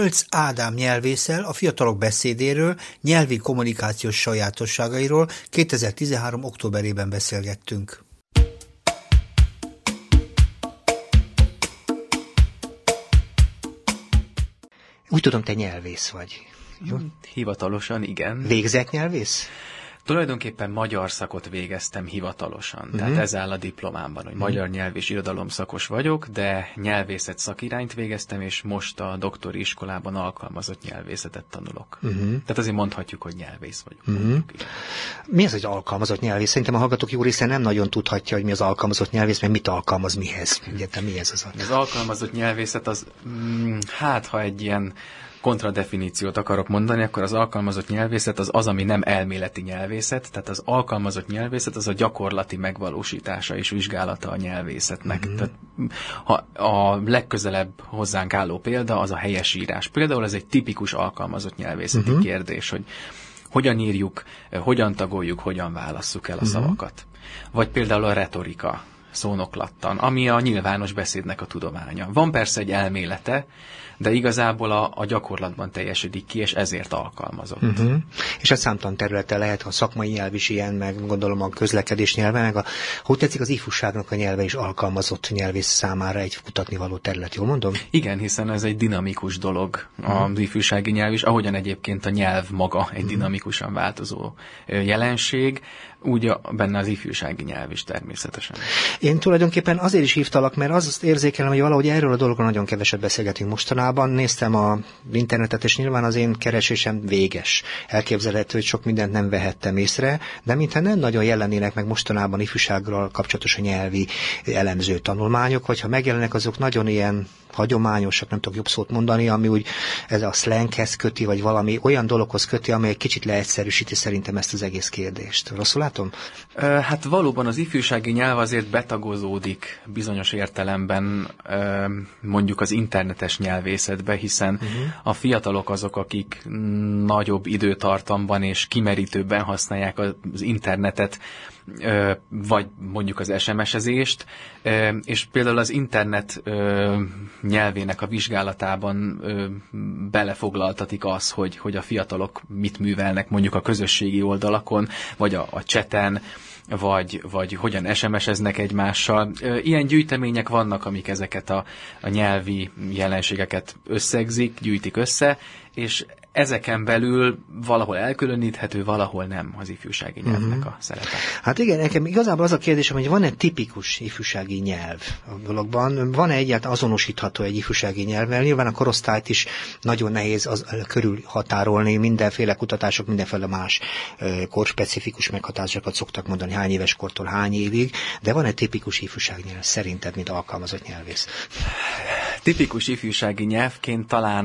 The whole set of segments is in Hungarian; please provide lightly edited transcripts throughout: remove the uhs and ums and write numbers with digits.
Mölcz Ádám nyelvésszel a fiatalok beszédéről, nyelvi kommunikációs sajátosságairól 2013. októberében beszélgettünk. Úgy tudom, te nyelvész vagy. Jó? Hivatalosan igen. Végzett nyelvész? Tulajdonképpen magyar szakot végeztem hivatalosan. Tehát ez áll a diplomámban, hogy magyar nyelv és irodalom szakos vagyok, de nyelvészet szakirányt végeztem, és most a doktori iskolában alkalmazott nyelvészetet tanulok. Tehát azért mondhatjuk, hogy nyelvész vagyok. Mi az, hogy alkalmazott nyelvész? Szerintem a hallgatók jó része nem nagyon tudhatja, hogy mi az alkalmazott nyelvész, mert mit alkalmaz mihez. Ugye, mi ez az? Az alkalmazott nyelvészet az, ha egy ilyen kontradefiníciót akarok mondani, akkor az alkalmazott nyelvészet az, ami nem elméleti nyelvészet, tehát az alkalmazott nyelvészet az a gyakorlati megvalósítása és vizsgálata a nyelvészetnek. Tehát, ha a legközelebb hozzánk álló példa az a helyesírás. Például ez egy tipikus alkalmazott nyelvészeti kérdés, hogy hogyan írjuk, hogyan tagoljuk, hogyan válasszuk el a szavakat. Vagy például a retorika szónoklattan, ami a nyilvános beszédnek a tudománya. Van persze egy elmélete, de igazából a gyakorlatban teljesedik ki, és ezért alkalmazott. És a számtalan területe lehet, a szakmai nyelv is ilyen, meg gondolom a közlekedés nyelve, meg hogy tetszik az ifjúságnak a nyelve is alkalmazott nyelvész számára egy kutatnivaló terület, jól mondom? Igen, hiszen ez egy dinamikus dolog az ifjúsági nyelv is, ahogyan egyébként a nyelv maga egy dinamikusan változó jelenség, úgy benne az ifjúsági nyelv is természetesen. Én tulajdonképpen azért is hívtalak, mert azt érzékelem, hogy valahogy erről a dologról nagyon keveset beszélgetünk mostanában. Néztem az internetet, és nyilván az én keresésem véges. Elképzelhető, hogy sok mindent nem vehettem észre, de mintha nem nagyon jelennének meg mostanában ifjúsággal kapcsolatos a nyelvi elemző tanulmányok, vagy ha megjelennek, azok nagyon ilyen hagyományosak, nem tudok jobb szót mondani, ami úgy ez a slanghez köti, vagy valami olyan dologhoz köti, amely egy kicsit leegyszerűsíti szerintem ezt az egész kérdést. Rosszul látom? Hát valóban az ifjúsági nyelv azért betagozódik bizonyos értelemben mondjuk az internetes nyelvészetbe, hiszen a fiatalok azok, akik nagyobb időtartamban és kimerítőbben használják az internetet, vagy mondjuk az SMS-ezést, és például az internet nyelvének a vizsgálatában belefoglaltatik az, hogy a fiatalok mit művelnek mondjuk a közösségi oldalakon, vagy a chaten, vagy hogyan SMS-eznek egymással. Ilyen gyűjtemények vannak, amik ezeket a nyelvi jelenségeket összegzik, gyűjtik össze, és ezeken belül valahol elkülöníthető, valahol nem az ifjúsági nyelvnek a szerepe. Hát igen, nekem igazából az a kérdésem, hogy van-e tipikus ifjúsági nyelv a dologban? Van-e egyáltalán azonosítható egy ifjúsági nyelvvel? Nyilván a korosztályt is nagyon nehéz körül határolni, mindenféle kutatások, mindenféle más korspecifikus meghatározásokat szoktak mondani, hány éves kortól hány évig, de van-e tipikus ifjúsági nyelv szerinted, mint alkalmazott nyelvész? Tipikus ifjúsági nyelvként talán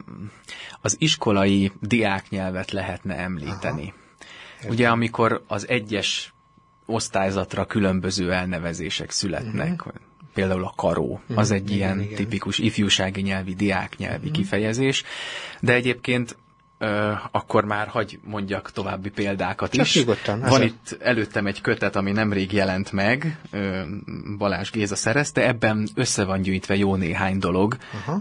az iskolai diáknyelvet lehetne említeni. Ugye amikor az egyes osztályzatra különböző elnevezések születnek, például a karó, az egy ilyen tipikus ifjúsági nyelvi, diáknyelvi kifejezés, de egyébként akkor már hagy mondjak további példákat is. Nyugodtan, van itt előttem egy kötet, ami nemrég jelent meg, Balázs Géza szerezte, ebben össze van gyűjtve jó néhány dolog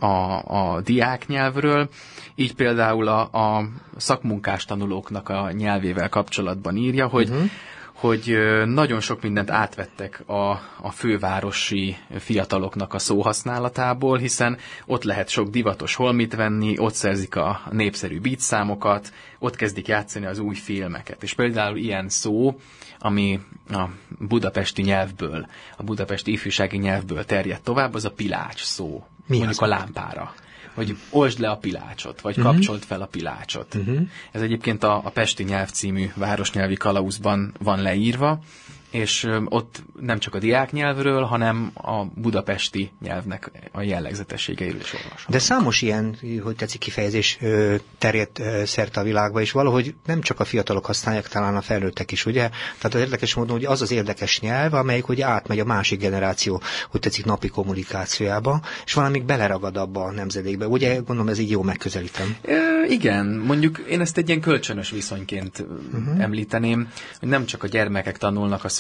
a diáknyelvről. Így például a szakmunkás tanulóknak a nyelvével kapcsolatban írja, hogy nagyon sok mindent átvettek a fővárosi fiataloknak a szóhasználatából, hiszen ott lehet sok divatos holmit venni, ott szerzik a népszerű beatszámokat, ott kezdik játszani az új filmeket. És például ilyen szó, ami a budapesti nyelvből, a budapesti ifjúsági nyelvből terjed tovább, az a pilács szó. Mondjuk a lámpára. Hogy olsd le a pilácsot, vagy kapcsold fel a pilácsot. Ez egyébként a Pesti nyelv című városnyelvi kalauzban van leírva, és ott nem csak a diáknyelvről, hanem a budapesti nyelvnek a jellegzetességeiről is olvasható. De számos ilyen, hogy tetszik kifejezés terjedt szerte a világba, és valahogy nem csak a fiatalok használják, talán a felnőttek is, ugye? Tehát az érdekes módon, hogy az az érdekes nyelv, amelyik ugye átmegy a másik generáció, hogy tetszik napi kommunikációjába, és valamik beleragad abba a nemzedékbe. Ugye gondolom ez így jó megközelítem. Igen, mondjuk én ezt egy ilyen kölcsönös viszonyként említeném, hogy nem csak a gyermekek tanulnak a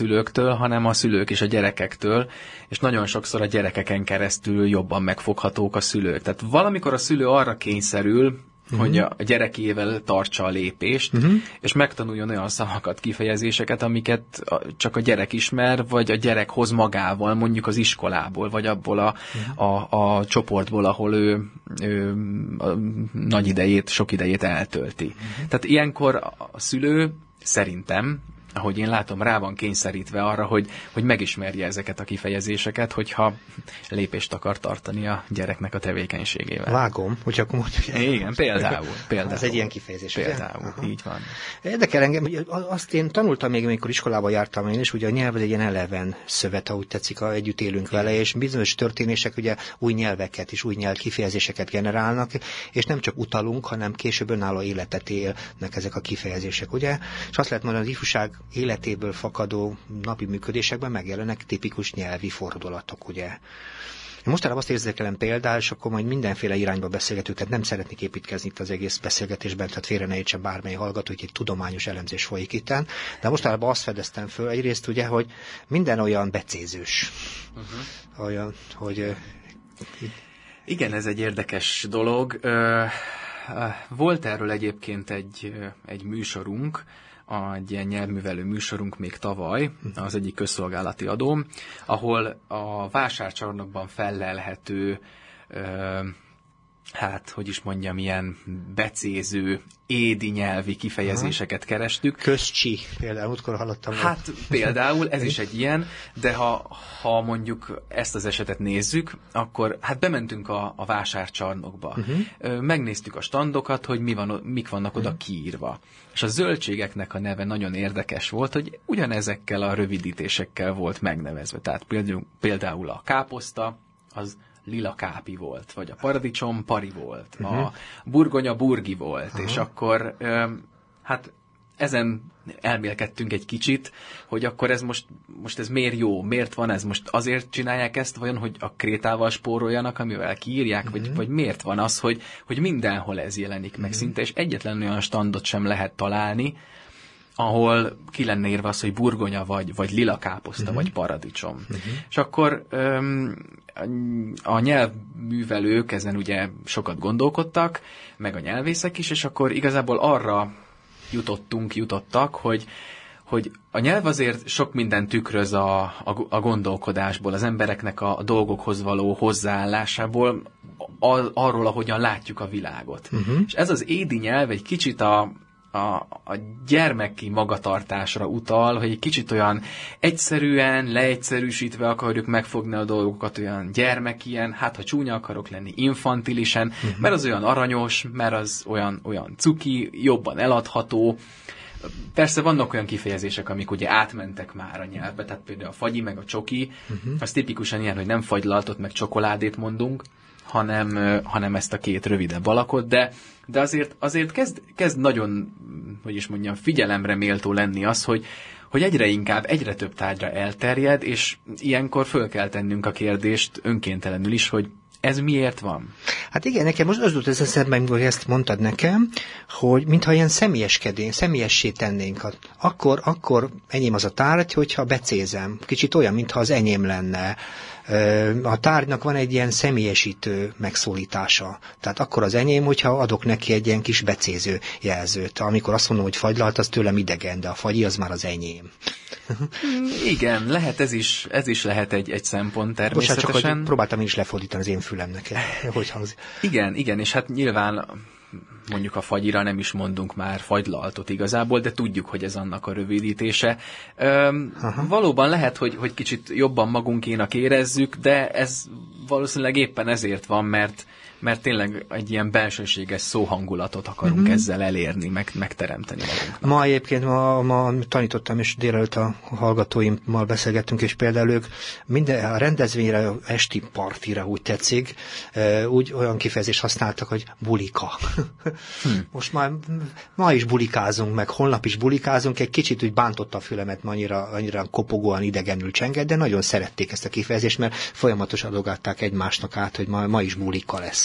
szülőktől, hanem a szülők és a gyerekektől, és nagyon sokszor a gyerekeken keresztül jobban megfoghatók a szülők. Tehát valamikor a szülő arra kényszerül, hogy a gyerekével tartsa a lépést, és megtanuljon olyan szavakat, kifejezéseket, amiket csak a gyerek ismer, vagy a gyerek hoz magával, mondjuk az iskolából, vagy abból a csoportból, ahol ő a nagy idejét, sok idejét eltölti. Tehát ilyenkor a szülő szerintem, ahogy én látom, rá van kényszerítve arra, hogy megismerje ezeket a kifejezéseket, hogyha lépést akar tartani a gyereknek a tevékenységével. Vágom, hogy akkor mondjuk. Igen, például. Ez egy ilyen kifejezés. Például, így van. Érdekel engem, hogy azt én tanultam még, amikor iskolába jártam én is, ugye a nyelv egy ilyen eleven szövet, ahogy tetszik, együtt élünk vele, és bizonyos történések ugye új nyelveket és új nyelvkifejezéseket generálnak, és nem csak utalunk, hanem később önálló életet élnek ezek a kifejezések, ugye? És azt lehet mondani, az ifjúság életéből fakadó napi működésekben megjelennek tipikus nyelvi fordulatok, ugye. Én mostanában azt érzékelem például, és akkor majd mindenféle irányba beszélgetünk, tehát nem szeretnék építkezni itt az egész beszélgetésben, tehát félre ne értsen bármely hallgató, hogy egy tudományos elemzés folyik itten, de mostanában azt fedeztem föl egyrészt, ugye, hogy minden olyan becézős. Olyan, hogy... Igen, ez egy érdekes dolog. Volt erről egyébként egy műsorunk, egy ilyen nyelvművelő műsorunk még tavaly, az egyik közszolgálati adóm, ahol a vásárcsarnokban fellelhető, hogy is mondjam, ilyen becéző, édi nyelvi kifejezéseket kerestük. Közcsi, például, útkor hallottam. Hát például, ez is egy ilyen, de ha mondjuk ezt az esetet nézzük, akkor hát bementünk a vásárcsarnokba. Megnéztük a standokat, hogy mik vannak oda kiírva. És a zöldségeknek a neve nagyon érdekes volt, hogy ugyanezekkel a rövidítésekkel volt megnevezve. Tehát például a káposzta, az lila kápi volt, vagy a paradicsom pari volt, a burgonya burgi volt, és akkor hát ezen elmélkedtünk egy kicsit, hogy akkor ez most ez miért jó, miért van ez, most azért csinálják ezt, vajon, hogy a krétával spóroljanak, amivel kiírják, vagy miért van az, hogy mindenhol ez jelenik meg szinte, és egyetlen olyan standot sem lehet találni, ahol ki lenne írva az, hogy burgonya, vagy lila káposzta, vagy paradicsom. És akkor a nyelvművelők ezen ugye sokat gondolkodtak, meg a nyelvészek is, és akkor igazából arra jutottak, hogy a nyelv azért sok mindent tükröz a gondolkodásból, az embereknek a dolgokhoz való hozzáállásából, arról, ahogyan látjuk a világot. És ez az édi nyelv egy kicsit a gyermeki magatartásra utal, hogy egy kicsit olyan egyszerűen, leegyszerűsítve akarjuk megfogni a dolgokat, olyan gyermekien, hát ha csúnya akarok lenni, infantilisen, mert az olyan aranyos, mert az olyan cuki, jobban eladható. Persze vannak olyan kifejezések, amik ugye átmentek már a nyelvbe, tehát például a fagyi meg a csoki, az tipikusan ilyen, hogy nem fagylaltot meg csokoládét mondunk, hanem ezt a két rövidebb alakot, de azért kezd nagyon, hogy is mondjam, figyelemre méltó lenni az, hogy egyre inkább, egyre több tárgyra elterjed, és ilyenkor föl kell tennünk a kérdést önkéntelenül is, hogy ez miért van? Hát igen, nekem most az jutott eszembe, hogy ezt mondtad nekem, hogy mintha ilyen személyessé tennénk. Akkor enyém az a tárgy, hogyha becézem. Kicsit olyan, mintha az enyém lenne. A tárgynak van egy ilyen személyesítő megszólítása. Tehát akkor az enyém, hogyha adok neki egy ilyen kis becéző jelzőt. Amikor azt mondom, hogy fagylalt, az tőlem idegen, de a fagyi az már az enyém. Igen, lehet ez is lehet egy szempont természetesen. Bocsánat, csak hogy próbáltam én is lefordítani az én fülemnek. Hogy hangzik. Igen, és hát nyilván mondjuk a fagyira nem is mondunk már fagylaltot igazából, de tudjuk, hogy ez annak a rövidítése. Valóban lehet, hogy kicsit jobban magunkénak érezzük, de ez valószínűleg éppen ezért van, mert tényleg egy ilyen belsőséges szóhangulatot akarunk ezzel elérni, megteremteni magunknak. Ma egyébként ma tanítottam, és délelőtt a hallgatóimmal beszélgettünk, és például ők minden a rendezvényre, esti partira úgy tetszik, úgy olyan kifejezést használtak, hogy bulika. Most már ma is bulikázunk, meg holnap is bulikázunk, egy kicsit úgy bántotta a fülemet, annyira kopogóan idegenül csengett, de nagyon szerették ezt a kifejezést, mert folyamatosan adogatták egymásnak át, hogy ma is bulika lesz.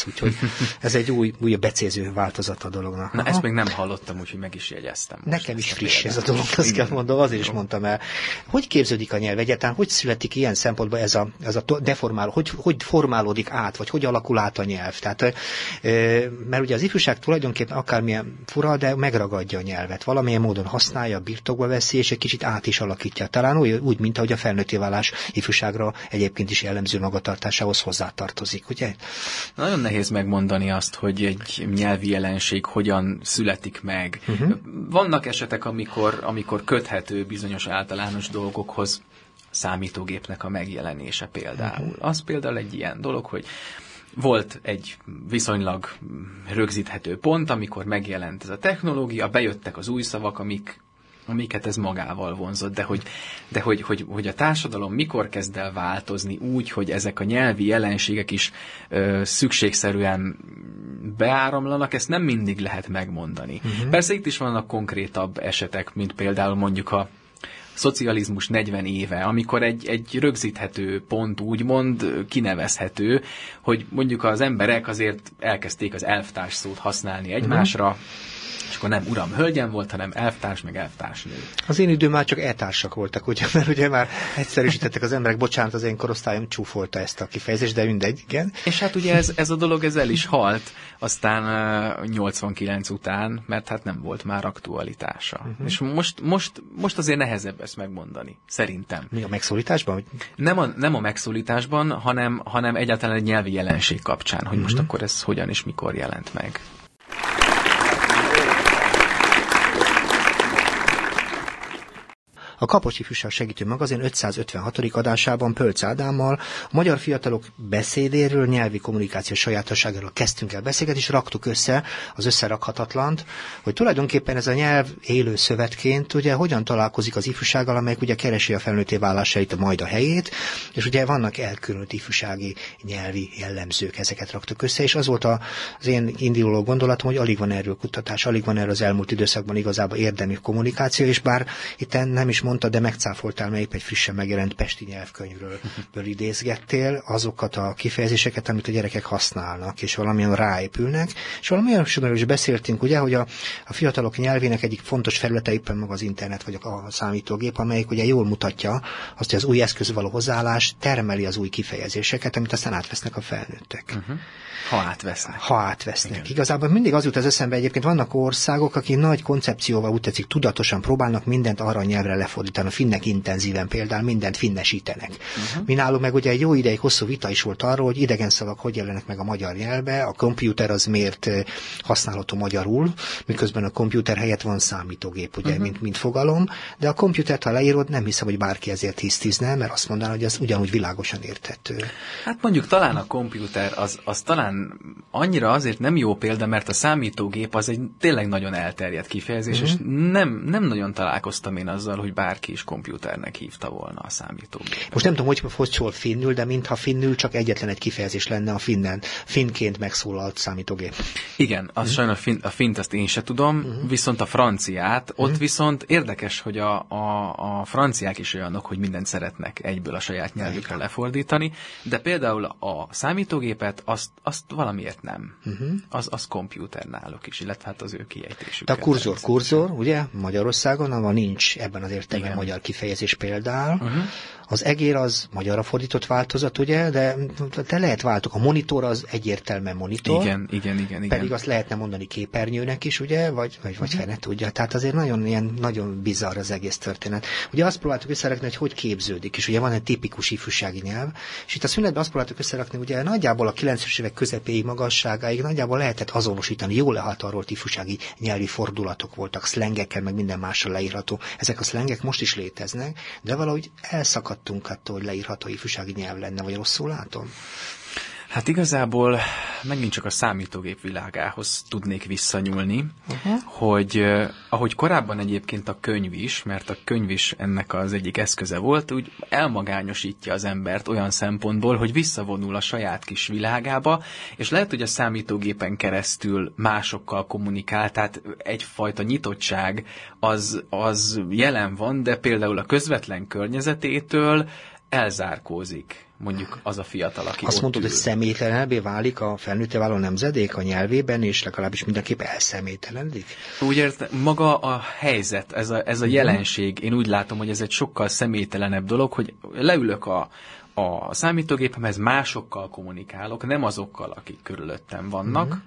úgyhogy ez egy új becéző változat a dolognak. Na, ezt még nem hallottam, úgyhogy meg is jegyeztem. Nekem is friss ez a dolog, azt kell mondom, azért is mondtam el. Hogy képződik a nyelv egyáltalán? Hogy születik ilyen szempontból ez a deformáló? Hogy formálódik át, vagy hogy alakul át a nyelv? Tehát, mert ugye az ifjúság tulajdonképpen akármilyen fura, de megragadja a nyelvet. Valamilyen módon használja, birtokba veszi, és egy kicsit át is alakítja. Talán úgy, mint ahogy a felnőtté válás ifjúságra egyébként is jellemző magatartásához hozzátartozik, ugye? Nagyon nehéz megmondani azt, hogy egy nyelvi jelenség hogyan születik meg. Vannak esetek, amikor köthető bizonyos általános dolgokhoz, számítógépnek a megjelenése például. Az például egy ilyen dolog, hogy volt egy viszonylag rögzíthető pont, amikor megjelent ez a technológia, bejöttek az új szavak, amiket ez magával vonzott, de hogy a társadalom mikor kezd el változni úgy, hogy ezek a nyelvi jelenségek is szükségszerűen beáramlanak, ezt nem mindig lehet megmondani. Persze itt is vannak konkrétabb esetek, mint például mondjuk a szocializmus 40 éve, amikor egy rögzíthető pont úgymond kinevezhető, hogy mondjuk az emberek azért elkezdték az elvtárs szót használni egymásra, és akkor nem uram, hölgyem volt, hanem elvtárs, meg elvtársnő. Az én időm már csak eltársak voltak, ugye, mert ugye már egyszerűsítettek az emberek, bocsánat, az én korosztályom csúfolta ezt a kifejezést, de mindegy, igen. És hát ugye ez a dolog ez el is halt, aztán 89 után, mert hát nem volt már aktualitása. És most azért nehezebb ezt megmondani, szerintem. Mi a megszólításban? Nem a megszólításban, hanem egyáltalán egy nyelvi jelenség kapcsán, hogy most akkor ez hogyan és mikor jelent meg. A Kapocs Ifjúság Segítő Magazin 556. adásában Pölc Ádámmal a magyar fiatalok beszédéről, nyelvi kommunikáció sajátosságáról kezdtünk el beszélgetni, és raktuk össze az összerakhatatlant, hogy tulajdonképpen ez a nyelv élő szövetként ugye hogyan találkozik az ifjúsággal, amelyik ugye keresi a felnőtté válásait, majd a helyét, és ugye vannak elkülönült ifjúsági nyelvi jellemzők, ezeket raktuk össze, és az volt az én induló gondolatom, hogy alig van erről kutatás, alig van erről az elmúlt időszakban igazából érdemi kommunikáció, és bár itt nem is mondta, de megcáfoltál, mert épp egy frissen megjelent pesti nyelvkönyvről idézgettél azokat a kifejezéseket, amit a gyerekek használnak, és valamilyen ráépülnek, és valamilyen sokkal is beszéltünk, ugye, hogy a fiatalok nyelvének egyik fontos felülete éppen maga az internet, vagy a számítógép, amelyik ugye jól mutatja azt, hogy az új eszköz való hozzáállás termeli az új kifejezéseket, amit aztán átvesznek a felnőttek. Ha átvesznek. Igen. Igazából mindig az jut az eszembe, egyébként vannak országok, akik nagy koncepcióval, úgy tetszik, tudatosan próbálnak mindent arra a nyelvre lefordítani. A finnek intenzíven például mindent finnesítenek. Mi nálunk meg ugye egy jó ideig hosszú vita is volt arról, hogy idegen szavak hogy jelennek meg a magyar nyelvbe, a komputer az miért használható magyarul, miközben a komputer helyett van számítógép, ugye, mint fogalom, de a komputert, ha leírod, nem hiszem, hogy bárki ezért hisztizne, mert azt mondaná, hogy ez ugyanúgy világosan érthető. Hát mondjuk talán a komputer az talán annyira azért nem jó példa, mert a számítógép az egy tényleg nagyon elterjedt kifejezés, és nem nagyon találkoztam én azzal, hogy bárki is komputernek hívta volna a számítógépet. Most nem tudom, hogy szól finnül, de mintha finnül csak egyetlen egy kifejezés lenne a finnként megszólalt számítógép. Igen, az sajnos a fint azt én se tudom, viszont a franciát, ott viszont érdekes, hogy a franciák is olyanok, hogy mindent szeretnek egyből a saját nyelvükre lefordítani, de például a számítógépet azt valamiért nem. Az komputer náluk is, illetve hát az ő kiejtésük. De a kurzor, ugye, Magyarországon, ahol nincs ebben az értelemben magyar kifejezés például. Az egér az magyarra fordított változat, ugye, de lehet váltok. A monitor az egyértelműen monitor. Igen. Pedig azt lehetne mondani képernyőnek is, ugye, vagy fene tudja. Tehát azért nagyon bizarr az egész történet. Ugye azt próbáltuk összerakni, hogy képződik, és ugye van egy tipikus ifjúsági nyelv, és itt a szünetben azt próbáltuk összerakni, ugye nagyjából a 90-es évek közepéig, magasságáig nagyjából lehetett azonosítani, jól lehatárolt ifjúsági nyelvi fordulatok voltak, szlengekkel, meg minden mással leírható. Ezek a szlengek most is léteznek, de valahogy elszakadtunk attól, hogy leírható ifjúsági nyelv lenne, vagy rosszul látom? Hát igazából megint csak a számítógép világához tudnék visszanyúlni, hogy ahogy korábban egyébként a könyv is, mert a könyv is ennek az egyik eszköze volt, úgy elmagányosítja az embert olyan szempontból, hogy visszavonul a saját kis világába, és lehet, hogy a számítógépen keresztül másokkal kommunikál, tehát egyfajta nyitottság az jelen van, de például a közvetlen környezetétől elzárkózik mondjuk az a fiatal, aki azt ott mondod, ül. hogy személytelenebbé válik a felnőtté váló nemzedék a nyelvében, és legalábbis mindenképp elszemélytelenedik? Úgy értem, maga a helyzet, ez a jelenség, én úgy látom, hogy ez egy sokkal személytelenebb dolog, hogy leülök a számítógépemhez, másokkal kommunikálok, nem azokkal, akik körülöttem vannak,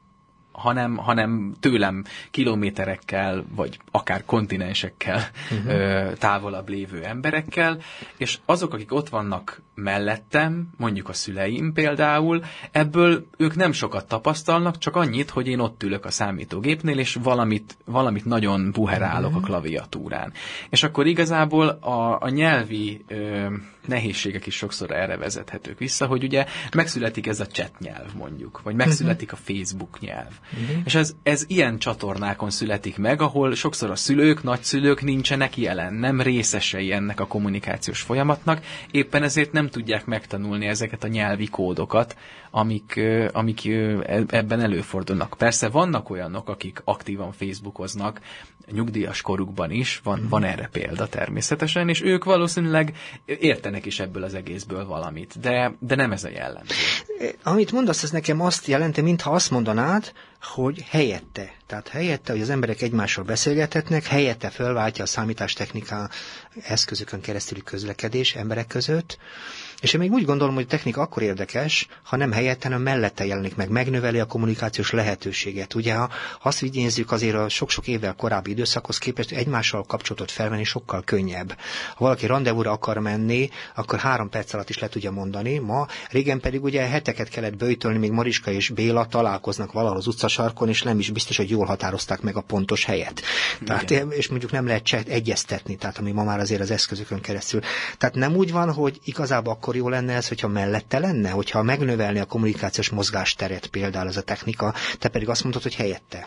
hanem tőlem kilométerekkel, vagy akár kontinensekkel távolabb lévő emberekkel, és azok, akik ott vannak mellettem, mondjuk a szüleim például, ebből ők nem sokat tapasztalnak, csak annyit, hogy én ott ülök a számítógépnél, és valamit nagyon buherálok a klaviatúrán. És akkor igazából a nyelvi nehézségek is sokszor erre vezethetők vissza, hogy ugye megszületik ez a chat nyelv mondjuk, vagy megszületik a Facebook nyelv. És ez ilyen csatornákon születik meg, ahol sokszor a szülők, nagyszülők nincsenek jelen, nem részesei ennek a kommunikációs folyamatnak, éppen ezért nem tudják megtanulni ezeket a nyelvi kódokat, amik ebben előfordulnak. Persze vannak olyanok, akik aktívan Facebookoznak, nyugdíjas korukban is, van erre példa természetesen, és ők valószínűleg értenek is ebből az egészből valamit, de nem ez a jellemző. Amit mondasz, ez nekem azt jelenti, mintha azt mondanád, hogy helyette. Tehát helyette, hogy az emberek egymással beszélgethetnek, helyette fölváltja a számítástechnika eszközökön keresztüli közlekedés emberek között, és én még úgy gondolom, hogy a technika akkor érdekes, ha nem helyette, hanem mellette jelenik meg, megnöveli a kommunikációs lehetőséget. Ugye, ha azt vigyézzük, azért a sok-sok évvel korábbi időszakhoz képest egymással kapcsolatot felvenni sokkal könnyebb. Ha valaki randevúra akar menni, akkor 3 perc alatt is le tudja mondani. Ma, régen pedig ugye heteket kellett böjtölni, még Mariska és Béla találkoznak valahol az utcasarkon, és nem is biztos, hogy jól határozták meg a pontos helyet. Tehát, és mondjuk nem lehet egyeztetni, tehát ami ma már azért az eszközökön keresztül. Tehát nem úgy van, hogy igazából akkor jó lenne ez, hogyha mellette lenne, hogyha megnövelni a kommunikációs mozgásteret például ez a technika, te pedig azt mondod, hogy helyette.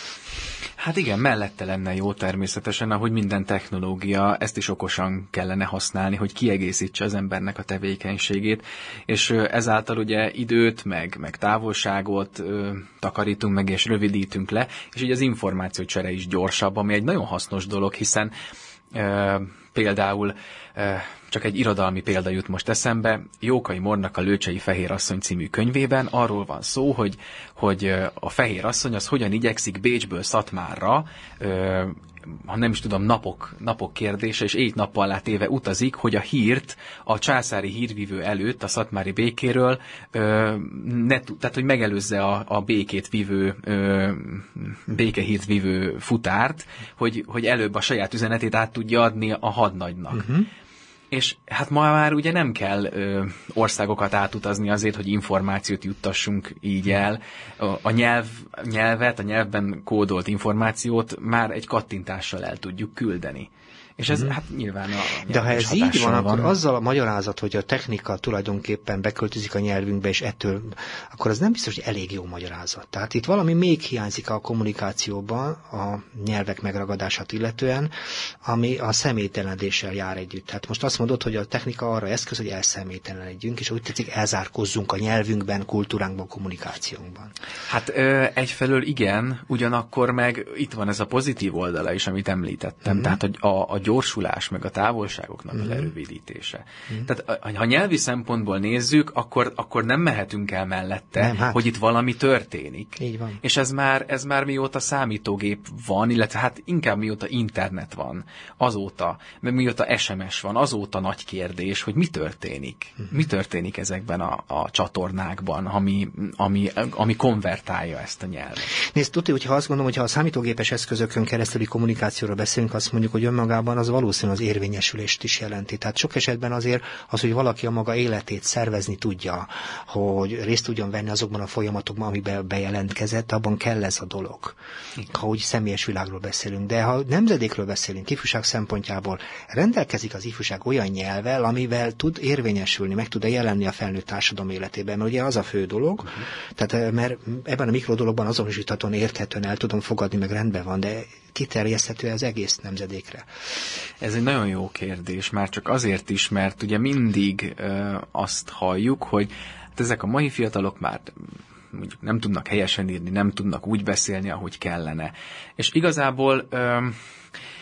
Hát igen, mellette lenne jó természetesen, ahogy minden technológia, ezt is okosan kellene használni, hogy kiegészítse az embernek a tevékenységét, és ezáltal ugye időt, meg távolságot takarítunk meg, és rövidítünk le, és így az információcsere is gyorsabb, ami egy nagyon hasznos dolog, hiszen például csak egy irodalmi példa jut most eszembe, Jókai Mornak a Lőcsei Fehér Asszony című könyvében arról van szó, hogy a fehér asszony az hogyan igyekszik Bécsből Szatmárra, ha nem is tudom, napok kérdése, és 7 nappal látéve utazik, hogy a hírt a császári hírvívő előtt, a szatmári békéről, tehát hogy megelőzze a békét vívő, békehírt vívő futárt, hogy előbb a saját üzenetét át tudja adni a hadnagynak. És hát ma már ugye nem kell országokat átutazni azért, hogy információt juttassunk így el. A nyelvet, a nyelvben kódolt információt már egy kattintással el tudjuk küldeni. És ez hát nyilván de ha ez így van, akkor azzal a magyarázat, hogy a technika tulajdonképpen beköltözik a nyelvünkbe, és ettől, akkor az nem biztos, hogy elég jó magyarázat. Tehát itt valami még hiányzik a kommunikációban, a nyelvek megragadását illetően, ami a személytelenedéssel jár együtt. Tehát most azt mondod, hogy a technika arra eszköz, hogy elszemélytelenedjünk, és úgy tetszik, elzárkozzunk a nyelvünkben, kultúránkban, kommunikációnkban. Hát egyfelől igen, ugyanakkor meg itt van ez a pozitív oldala is, amit említettem. Tehát, hogy a gyorsulás, meg a távolságoknak a lerövidítése. Tehát ha nyelvi szempontból nézzük, akkor nem mehetünk el mellette, hogy itt valami történik. Így van. És ez már mióta számítógép van, illetve hát inkább mióta internet van, azóta, mert mióta SMS van, azóta nagy kérdés, hogy mi történik. Mi történik ezekben a csatornákban, ami konvertálja ezt a nyelvet. Nézd, tudja, hogyha azt gondolom, hogy ha a számítógépes eszközökön keresztüli kommunikációra beszélünk, azt mondjuk, hogy önmagában az valószínűleg az érvényesülést is jelenti. Tehát sok esetben azért az, hogy valaki a maga életét szervezni tudja, hogy részt tudjon venni azokban a folyamatokban, amiben bejelentkezett, abban kell ez a dolog. Ha úgy személyes világról beszélünk. De ha nemzedékről beszélünk, ifjúság szempontjából, rendelkezik az ifjúság olyan nyelvvel, amivel tud érvényesülni, meg tud jelenni a felnőtt társadalom életében. Mert ugye az a fő dolog, tehát, mert ebben a mikrodologban azonosíthatóan, érthetően el tudom fogadni, meg rendben van, de kiterjeszthető az egész nemzedékre. Ez egy nagyon jó kérdés, már csak azért is, mert ugye mindig azt halljuk, hogy hát ezek a mai fiatalok már mondjuk nem tudnak helyesen írni, nem tudnak úgy beszélni, ahogy kellene. És igazából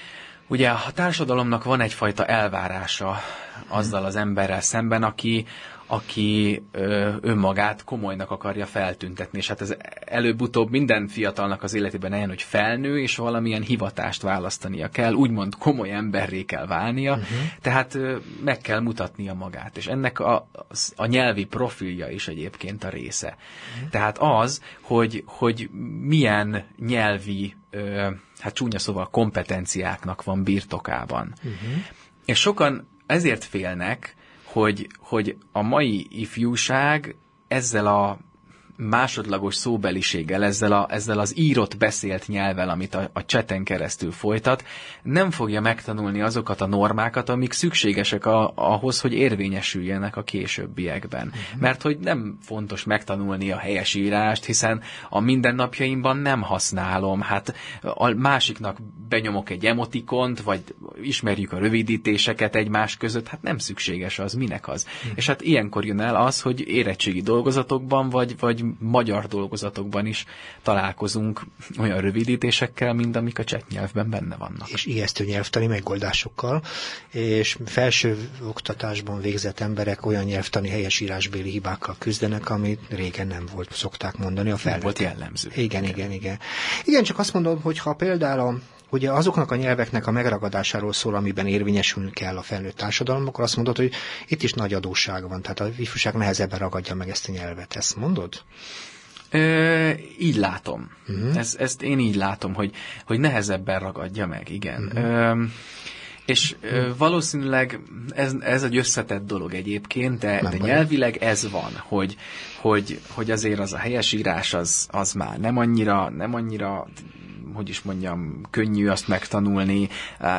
Ugye a társadalomnak van egyfajta elvárása azzal az emberrel szemben, aki önmagát komolynak akarja feltüntetni, és hát ez előbb-utóbb minden fiatalnak az életében eljön, hogy felnő, és valamilyen hivatást választania kell, úgymond komoly emberré kell válnia, tehát meg kell mutatnia magát, és ennek a nyelvi profilja is egyébként a része. Tehát az, hogy milyen nyelvi, hát csúnya szóval kompetenciáknak van birtokában. És sokan ezért félnek, hogy a mai ifjúság ezzel a másodlagos szóbeliséggel, ezzel az írott, beszélt nyelvvel, amit a cseten keresztül folytat, nem fogja megtanulni azokat a normákat, amik szükségesek ahhoz, hogy érvényesüljenek a későbbiekben. Mert hogy nem fontos megtanulni a helyesírást, hiszen a mindennapjaimban nem használom. Hát a másiknak benyomok egy emotikont, vagy ismerjük a rövidítéseket egymás között, hát nem szükséges az, minek az. És hát ilyenkor jön el az, hogy érettségi dolgozatokban, vagy magyar dolgozatokban is találkozunk olyan rövidítésekkel, mint amik a csetnyelvben benne vannak. És ijesztő nyelvtani megoldásokkal, és felső oktatásban végzett emberek olyan nyelvtani helyesírásbéli hibákkal küzdenek, amit régen nem volt, szokták mondani a felnőttek. Volt jellemző. Igen. Igen, csak azt mondom, hogy ha például ugye azoknak a nyelveknek a megragadásáról szól, amiben érvényesülni kell a felnőtt társadalom, akkor azt mondod, hogy itt is nagy adósság van, tehát a ifjúság nehezebben ragadja meg ezt a nyelvet. Ezt mondod? Így látom. Ezt én így látom, hogy nehezebben ragadja meg, igen. És valószínűleg ez egy összetett dolog egyébként, de nyelvileg ez van, hogy azért az a helyesírás az már nem annyira hogy is mondjam, könnyű azt megtanulni,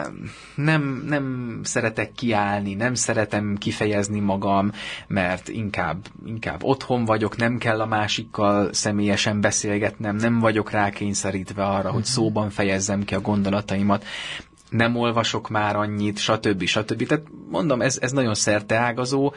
nem szeretek kiállni, nem szeretem kifejezni magam, mert inkább otthon vagyok, nem kell a másikkal személyesen beszélgetnem, nem vagyok rákényszerítve arra, hogy szóban fejezzem ki a gondolataimat, nem olvasok már annyit, stb. Tehát mondom, ez nagyon szerteágazó,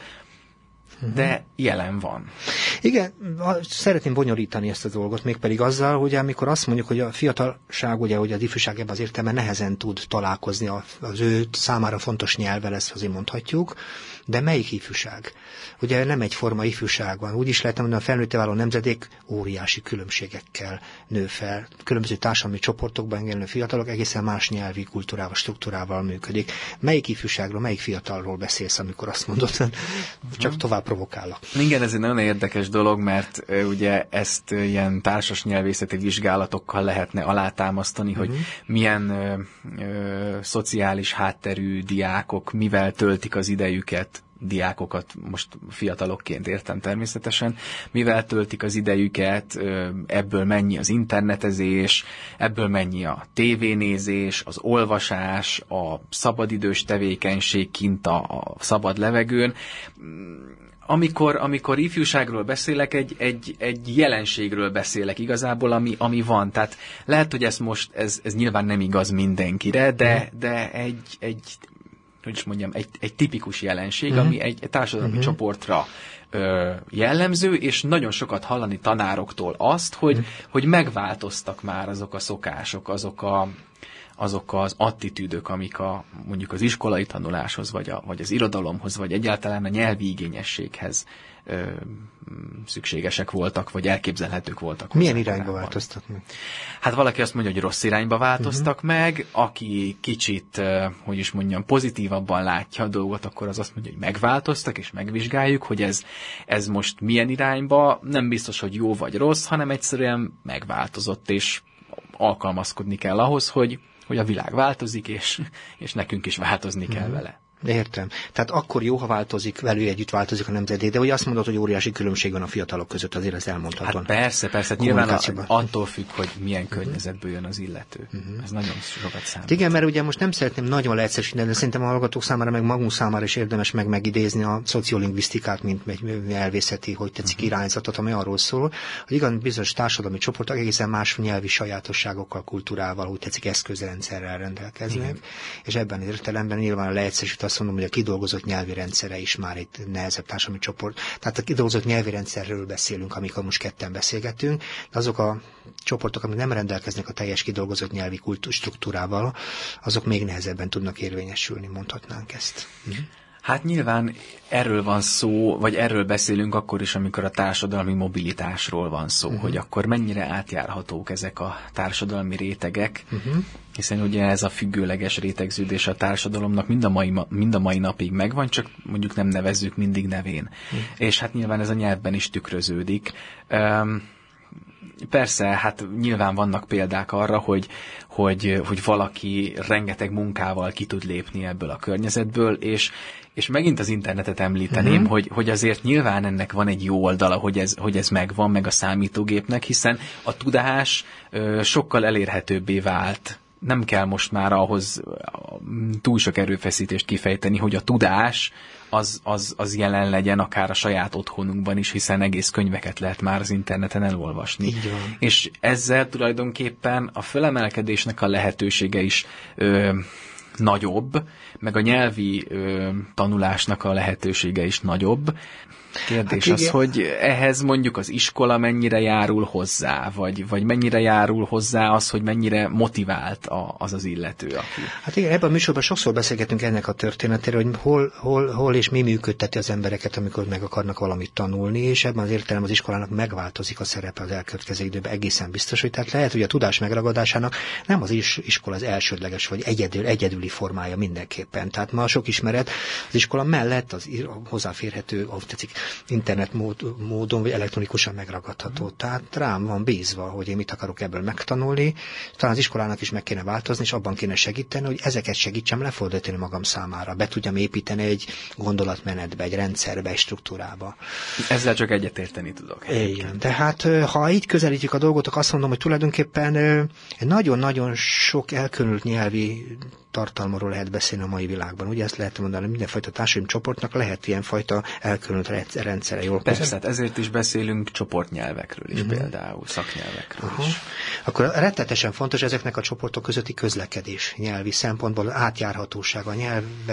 de jelen van. Igen, szeretném bonyolítani ezt a dolgot, mégpedig azzal, hogy amikor azt mondjuk, hogy a fiatalság, ugye, hogy az ifjúság ebben az értelemben nehezen tud találkozni az ő számára fontos nyelvvel, ezt azért mondhatjuk, de melyik ifjúság? Ugye nem egyforma ifjúság van. Úgy is lehet mondani, a felnőtté váló nemzedék óriási különbségekkel nő fel. Különböző társadalmi csoportokban engedő fiatalok egészen más nyelvi kultúrával, struktúrával működik. Melyik ifjúságról, melyik fiatalról beszélsz, amikor azt mondod? Csak tovább provokálok. Igen, ez egy nagyon érdekes dolog, mert ugye ezt ilyen társas nyelvészeti vizsgálatokkal lehetne alátámasztani, hogy milyen szociális hátterű diákok mivel töltik az idejüket, diákokat most fiatalokként értem természetesen, mivel töltik az idejüket, ebből mennyi az internetezés, ebből mennyi a tévénézés, az olvasás, a szabadidős tevékenység kint a szabad levegőn. Amikor ifjúságról beszélek, egy jelenségről beszélek igazából, ami van. Tehát lehet, hogy ez nyilván nem igaz mindenkire, de hogy is mondjam, egy tipikus jelenség, ami egy társadalmi csoportra jellemző, és nagyon sokat hallani tanároktól azt, hogy megváltoztak már azok a szokások, azok az attitűdök, amik mondjuk az iskolai tanuláshoz, vagy az irodalomhoz, vagy egyáltalán a nyelvi igényességhez szükségesek voltak, vagy elképzelhetők voltak. Milyen irányba változtak meg? Hát valaki azt mondja, hogy rossz irányba változtak meg, aki kicsit, hogy is mondjam, pozitívabban látja a dolgot, akkor az azt mondja, hogy megváltoztak, és megvizsgáljuk, hogy ez most milyen irányba, nem biztos, hogy jó vagy rossz, hanem egyszerűen megváltozott, és alkalmazkodni kell ahhoz, hogy a világ változik, és nekünk is változni kell vele. Értem. Tehát akkor jó, ha változik, velük együtt változik a nemzedék, de ugye azt mondod, hogy óriási különbség van a fiatalok között, azért ezt elmondhatom. Hát persze, nyilván attól függ, hogy milyen környezetből jön az illető. Ez nagyon sokat számít. Igen, mert ugye most nem szeretném nagyon leegyszerűsíteni, de szerintem a hallgatók számára, meg magunk számára is érdemes megidézni a szociolingvisztikát, mint egy elvészeti, hogy tetszik irányzatot, ami arról szól, hogy igen, bizonyos társadalmi csoportok egészen más nyelvi sajátosságokkal, kultúrával, hogy tetszik eszközrendszerrel rendelkeznek, és ebben az értelemben nyilván leegyszerűsít azt azt mondom, hogy a kidolgozott nyelvi rendszere is már egy nehezebb társadalmi csoport. Tehát a kidolgozott nyelvi rendszerről beszélünk, amikor most ketten beszélgetünk, de azok a csoportok, amik nem rendelkeznek a teljes kidolgozott nyelvi kultúrstruktúrával, azok még nehezebben tudnak érvényesülni, mondhatnánk ezt. Hát nyilván erről van szó, vagy erről beszélünk akkor is, amikor a társadalmi mobilitásról van szó, hogy akkor mennyire átjárhatók ezek a társadalmi rétegek, hiszen ugye ez a függőleges rétegződés a társadalomnak mind a mai napig megvan, csak mondjuk nem nevezzük mindig nevén. És hát nyilván ez a nyelvben is tükröződik. Persze, hát nyilván vannak példák arra, hogy valaki rengeteg munkával ki tud lépni ebből a környezetből, és megint az internetet említeném, hogy azért nyilván ennek van egy jó oldala, hogy ez megvan, meg a számítógépnek, hiszen a tudás sokkal elérhetőbbé vált. Nem kell most már ahhoz túl sok erőfeszítést kifejteni, hogy a tudás az jelen legyen akár a saját otthonunkban is, hiszen egész könyveket lehet már az interneten elolvasni. Így van. És ezzel tulajdonképpen a fölemelkedésnek a lehetősége is nagyobb, meg a nyelvi tanulásnak a lehetősége is nagyobb. Kérdés az, hogy ehhez mondjuk az iskola mennyire járul hozzá, vagy mennyire járul hozzá az, hogy mennyire motivált az illető, aki... Hát igen, ebben a műsorban sokszor beszélgetünk ennek a történetéről, hogy hol és mi működteti az embereket, amikor meg akarnak valamit tanulni, és ebben az értelemben az iskolának megváltozik a szerepe az elkövetkező időben egészen biztos, hogy tehát lehet, hogy a tudás megragadásának nem az iskola az elsődleges, vagy egyedüli formája mindenképpen. Tehát ma sok ismeret az iskola mellett az hozzáférhető, ahogy tetszik, internet módon, vagy elektronikusan megragadható. Tehát rám van bízva, hogy én mit akarok ebből megtanulni. Talán az iskolának is meg kéne változni, és abban kéne segíteni, hogy ezeket segítsem lefordítani magam számára. Be tudjam építeni egy gondolatmenetbe, egy rendszerbe, egy struktúrába. Ezzel csak egyetérteni tudok. Igen. De hát, ha így közelítjük a dolgot, akkor azt mondom, hogy tulajdonképpen nagyon-nagyon sok elkülönült nyelvi tartalmaról lehet beszélni a mai világban. Ugye ezt lehet mondani, hogy mindenfajta társadalmi csoportnak lehet ilyenfajta elkülönült rendszere. Jól persze, ezért is beszélünk csoportnyelvekről is, például szaknyelvekről is. Akkor rettetesen fontos ezeknek a csoportok közötti közlekedés nyelvi szempontból, átjárhatóság, a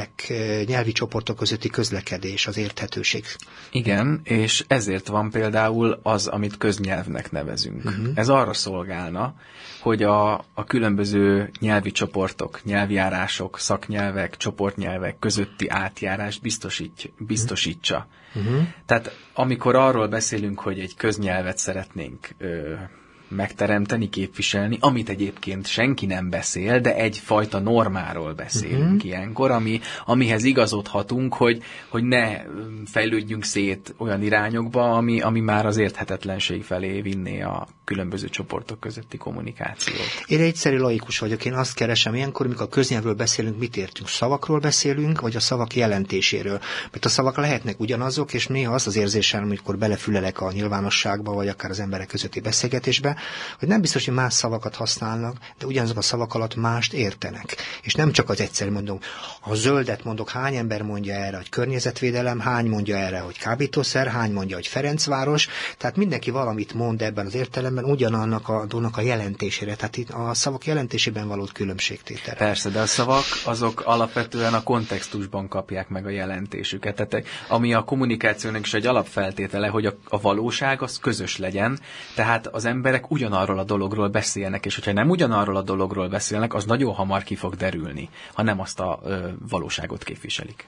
nyelvi csoportok közötti közlekedés, az érthetőség. Igen, és ezért van például az, amit köznyelvnek nevezünk. Ez arra szolgálna, hogy a különböző nyelvi csoportok, nyelvjárások, szaknyelvek, csoportnyelvek közötti átjárást biztosítsa. Tehát amikor arról beszélünk, hogy egy köznyelvet szeretnénk megteremteni, képviselni, amit egyébként senki nem beszél, de egyfajta normáról beszélünk ilyenkor, amihez igazodhatunk, hogy ne fejlődjünk szét olyan irányokba, ami már az érthetetlenség felé vinné a különböző csoportok közötti kommunikációt. Én egyszerű laikus vagyok, én azt keresem ilyenkor, amikor a köznyelvről beszélünk, mit értünk? Szavakról beszélünk, vagy a szavak jelentéséről? Mert a szavak lehetnek ugyanazok, és néha az az érzésem, amikor belefülelek a nyilvánosságba, vagy akár az emberek közötti beszélgetésbe, hogy nem biztos, hogy más szavakat használnak, de ugyanazok a szavak alatt mást értenek. És nem csak az egyszerű mondom, ha zöldet mondok, hány ember mondja erre, hogy környezetvédelem, hány mondja erre, hogy kábítószer, hány mondja, hogy Ferencváros, tehát mindenki valamit mond ebben az értelemben, ugyanannak a dolognak a jelentésére, tehát itt a szavak jelentésében való különbségtétel. Persze, de a szavak azok alapvetően a kontextusban kapják meg a jelentésüket. Tehát ami a kommunikációnak is egy alapfeltétele, hogy a valóság az közös legyen, tehát az emberek ugyanarról a dologról beszélnek, és hogyha nem ugyanarról a dologról beszélnek, az nagyon hamar ki fog derülni, ha nem azt a valóságot képviselik.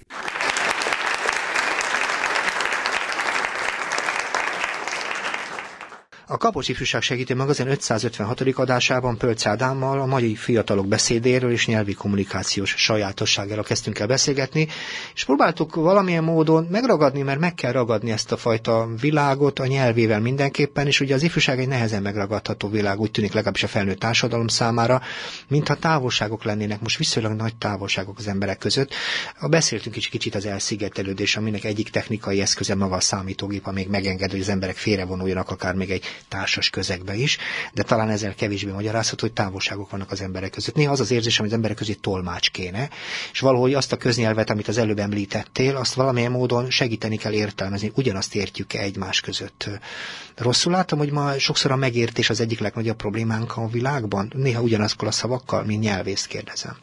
A Kapocs Ifjúság Segítő Magazin 556. adásában Pölcz Ádámmal a mai fiatalok beszédéről és nyelvi kommunikációs sajátosságáról kezdtünk el beszélgetni, és próbáltuk valamilyen módon megragadni, mert meg kell ragadni ezt a fajta világot a nyelvével mindenképpen, és ugye az ifjúság egy nehezen megragadható világ, úgy tűnik legalábbis a felnőtt társadalom számára, mintha távolságok lennének, most viszonylag nagy távolságok az emberek között. Beszéltünk kicsit az elszigetelődés, aminek egyik technikai eszköze maga a számítógép, amíg megenged, hogy az emberek félrevonuljanak akár még egy társas közegbe is, de talán ezzel kevésbé magyarázható, hogy távolságok vannak az emberek között. Néha az az érzésem, hogy az emberek között tolmács kéne, és valahogy azt a köznyelvet, amit az előbb említettél, azt valamilyen módon segíteni kell értelmezni, ugyanazt értjük egymás között. Rosszul látom, hogy ma sokszor a megértés az egyik legnagyobb problémánk a világban? Néha ugyanazokkal a szavakkal, mint nyelvészt kérdezem.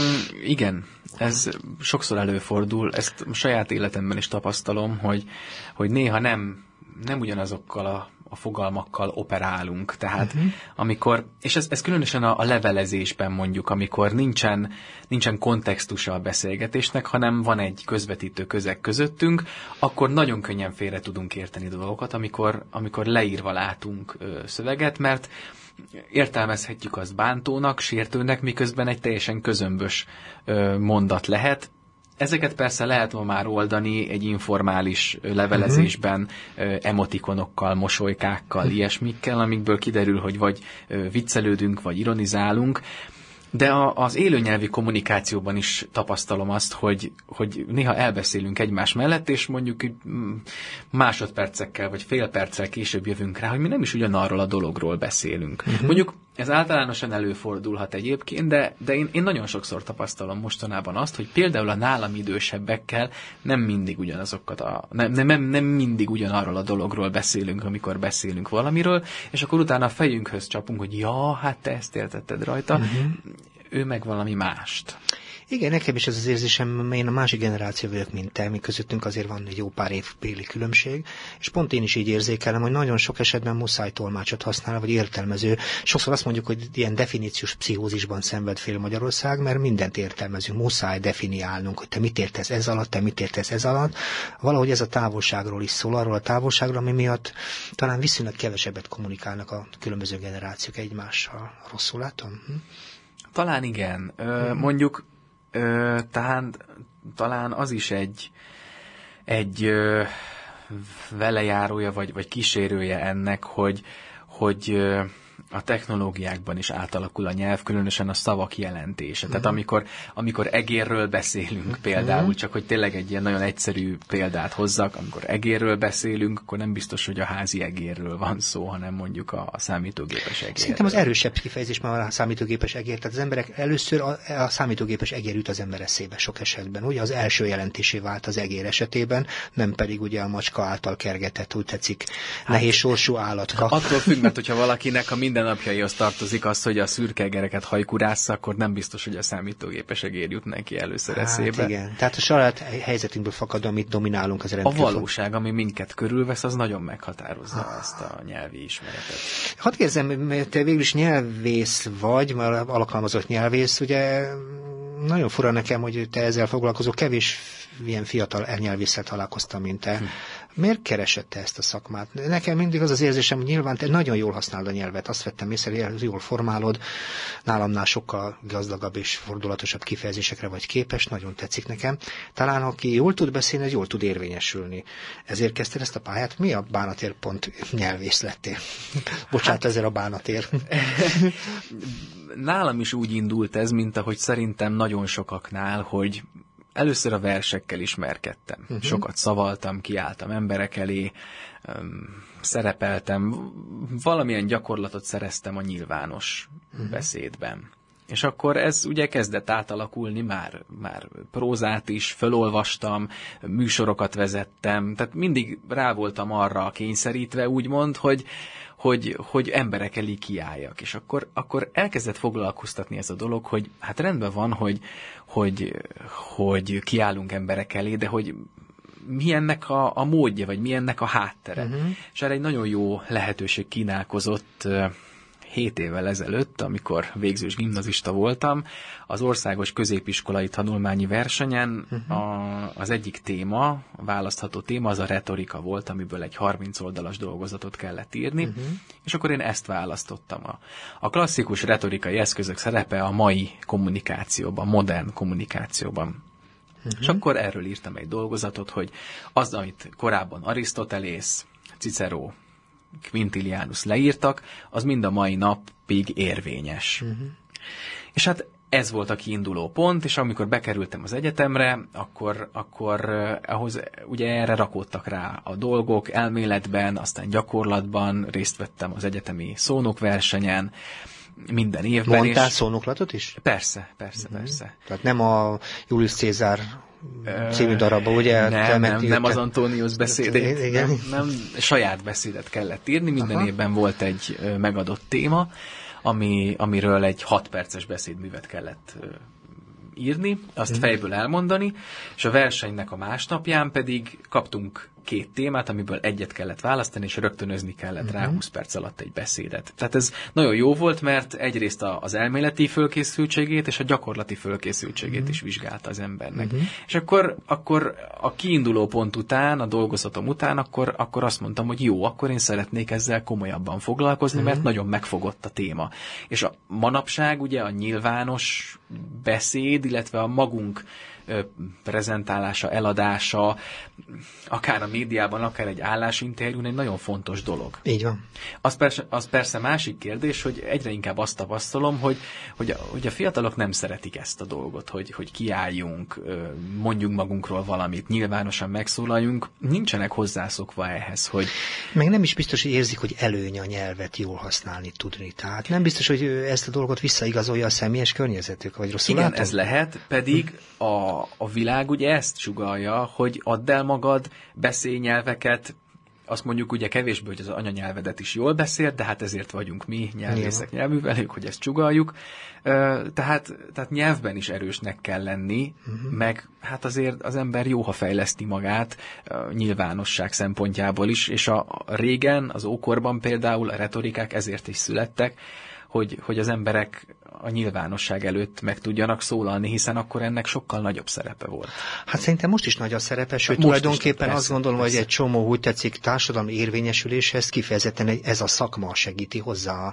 Igen, ez sokszor előfordul, ezt saját életemben is tapasztalom, hogy néha nem ugyanazokkal a fogalmakkal operálunk. Tehát amikor, és ez különösen a levelezésben mondjuk, amikor nincsen kontextusa a beszélgetésnek, hanem van egy közvetítő közeg közöttünk, akkor nagyon könnyen félre tudunk érteni dolgokat, amikor leírva látunk szöveget, mert értelmezhetjük azt bántónak, sértőnek, miközben egy teljesen közömbös mondat lehet. Ezeket persze lehet ma már oldani egy informális levelezésben, emotikonokkal, mosolykákkal, ilyesmikkel, amikből kiderül, hogy vagy viccelődünk, vagy ironizálunk. De az élőnyelvi kommunikációban is tapasztalom azt, hogy néha elbeszélünk egymás mellett, és mondjuk másodpercekkel vagy fél perccel később jövünk rá, hogy mi nem is ugyanarról a dologról beszélünk. Mondjuk ez általánosan előfordulhat egyébként, de én nagyon sokszor tapasztalom mostanában azt, hogy például a nálam idősebbekkel nem mindig ugyanazokat nem mindig ugyanarról a dologról beszélünk, amikor beszélünk valamiről, és akkor utána a fejünkhöz csapunk, hogy ja, hát te ezt értetted rajta, ő meg valami mást. Igen, nekem is ez az érzésem, én a másik generáció vagyok, mint te, mi közöttünk azért van egy jó pár évbéli különbség, és pont én is így érzékelem, hogy nagyon sok esetben muszáj tolmácsot használ, vagy értelmező. Sokszor azt mondjuk, hogy ilyen definíciós pszichózisban szenved fél Magyarország, mert mindent értelmezünk, muszáj definiálnunk, hogy te mit értesz ez alatt, te mit értesz ez alatt. Valahogy ez a távolságról is szól, arról a távolságról, ami miatt talán viszonylag kevesebbet kommunikálnak a különböző generációk egymással. Rosszul látom? Talán igen. Mondjuk talán az is egy velejárója, vagy kísérője ennek, hogy a technológiákban is átalakul a nyelv, különösen a szavak jelentése. Tehát amikor egérről beszélünk például, csak hogy tényleg egy ilyen nagyon egyszerű példát hozzak, amikor egérről beszélünk, akkor nem biztos, hogy a házi egérről van szó, hanem mondjuk a számítógépes egérről. Szerintem az erősebb kifejezés már a számítógépes egér. Tehát az emberek először a számítógépes egér jut az ember eszébe sok esetben. Ugye az első jelentésé vált az egér esetében, nem pedig ugye a macska által kergetett, úgy tetszik, nehéz sorsú állatka. Attól függ, mert hogyha valakinek a mindennapjaihoz tartozik az, hogy a szürke egereket hajkurásza, akkor nem biztos, hogy a számítógépes egér jut neki először eszébe. Igen. Tehát a saját helyzetünkből fakad, amit dominálunk, az rendkívül. A valóság, ami minket körülvesz, az nagyon meghatározza ezt a nyelvi ismeretet. Hadd kérdezem, mert te végül is nyelvész vagy, mert alkalmazott nyelvész, ugye nagyon fura nekem, hogy te ezzel foglalkozol, kevés ilyen fiatal elnyelvésszel találkoztam, mint te. Miért keresed te ezt a szakmát? Nekem mindig az az érzésem, hogy nyilván te nagyon jól használod a nyelvet. Azt vettem észre, hogy jól formálod, nálamnál sokkal gazdagabb és fordulatosabb kifejezésekre vagy képes, nagyon tetszik nekem. Talán aki jól tud beszélni, az jól tud érvényesülni. Ezért kezdted ezt a pályát? Mi a bánatért pont nyelvész lettél? Bocsánat, ezzel a bánatért. Nálam is úgy indult ez, mint ahogy szerintem nagyon sokaknál, hogy először a versekkel ismerkedtem. Sokat szavaltam, kiálltam emberek elé, szerepeltem, valamilyen gyakorlatot szereztem a nyilvános beszédben. És akkor ez ugye kezdett átalakulni, már prózát is fölolvastam, műsorokat vezettem, tehát mindig rá voltam arra kényszerítve, úgymond, hogy emberek elé kiálljak. És akkor elkezdett foglalkoztatni ez a dolog, hogy hát rendben van, hogy kiállunk emberek elé, de hogy mi ennek a módja, vagy mi ennek a háttere. És erre egy nagyon jó lehetőség kínálkozott 7 évvel ezelőtt, amikor végzős gimnazista voltam, az országos középiskolai tanulmányi versenyen az egyik téma, választható téma, az a retorika volt, amiből egy 30 oldalas dolgozatot kellett írni, és akkor én ezt választottam. A klasszikus retorikai eszközök szerepe a mai kommunikációban, modern kommunikációban. És akkor erről írtam egy dolgozatot, hogy az, amit korábban Arisztotelész, Cicero, Quintilianus leírtak, az mind a mai napig érvényes. És hát ez volt a kiinduló pont, és amikor bekerültem az egyetemre, akkor ahhoz ugye erre rakódtak rá a dolgok, elméletben, aztán gyakorlatban részt vettem az egyetemi szónokversenyen, minden évben. Mondtál szónoklatot is? Persze. Tehát nem a Julius Cézár című darabba, ugye? Nem az Antonius beszédét, nem, saját beszédet kellett írni, minden évben volt egy megadott téma, amiről egy 6 perces beszédművet kellett írni, azt fejből elmondani, és a versenynek a másnapján pedig kaptunk 2 témát, amiből egyet kellett választani, és rögtönözni kellett rá 20 perc alatt egy beszédet. Tehát ez nagyon jó volt, mert egyrészt az elméleti fölkészültségét és a gyakorlati fölkészültségét is vizsgálta az embernek. És akkor a kiinduló pont után, a dolgozatom után, akkor azt mondtam, hogy jó, akkor én szeretnék ezzel komolyabban foglalkozni, mert nagyon megfogott a téma. És a manapság ugye a nyilvános beszéd, illetve a magunk prezentálása, eladása, akár a médiában, akár egy állásinterjún egy nagyon fontos dolog. Így van. Az persze másik kérdés, hogy egyre inkább azt tapasztalom, hogy a fiatalok nem szeretik ezt a dolgot, hogy kiálljunk, mondjunk magunkról valamit, nyilvánosan megszólaljunk, nincsenek hozzászokva ehhez, hogy... Meg nem is biztos, hogy érzik, hogy előny a nyelvet jól használni tudni. Tehát nem biztos, hogy ezt a dolgot visszaigazolja a személyes környezetük, vagy rosszul Igen, látom? ez lehet, pedig a világ ugye ezt sugallja, hogy add el magad, beszélj nyelveket, azt mondjuk ugye kevésbé, hogy az anyanyelvedet is jól beszél, de hát ezért vagyunk mi nyelvészek, nyelvművelők, hogy ezt csugaljuk. Tehát nyelvben is erősnek kell lenni, meg hát azért az ember jó, ha fejleszti magát nyilvánosság szempontjából is, és a régen, az ókorban például a retorikák ezért is születtek, hogy az emberek a nyilvánosság előtt meg tudjanak szólalni, hiszen akkor ennek sokkal nagyobb szerepe volt. Hát szerintem most is nagy a szerepe, sőt tulajdonképpen azt gondolom, hogy egy csomó, úgy tetszik, társadalmi érvényesüléshez kifejezetten ez a szakma segíti hozzá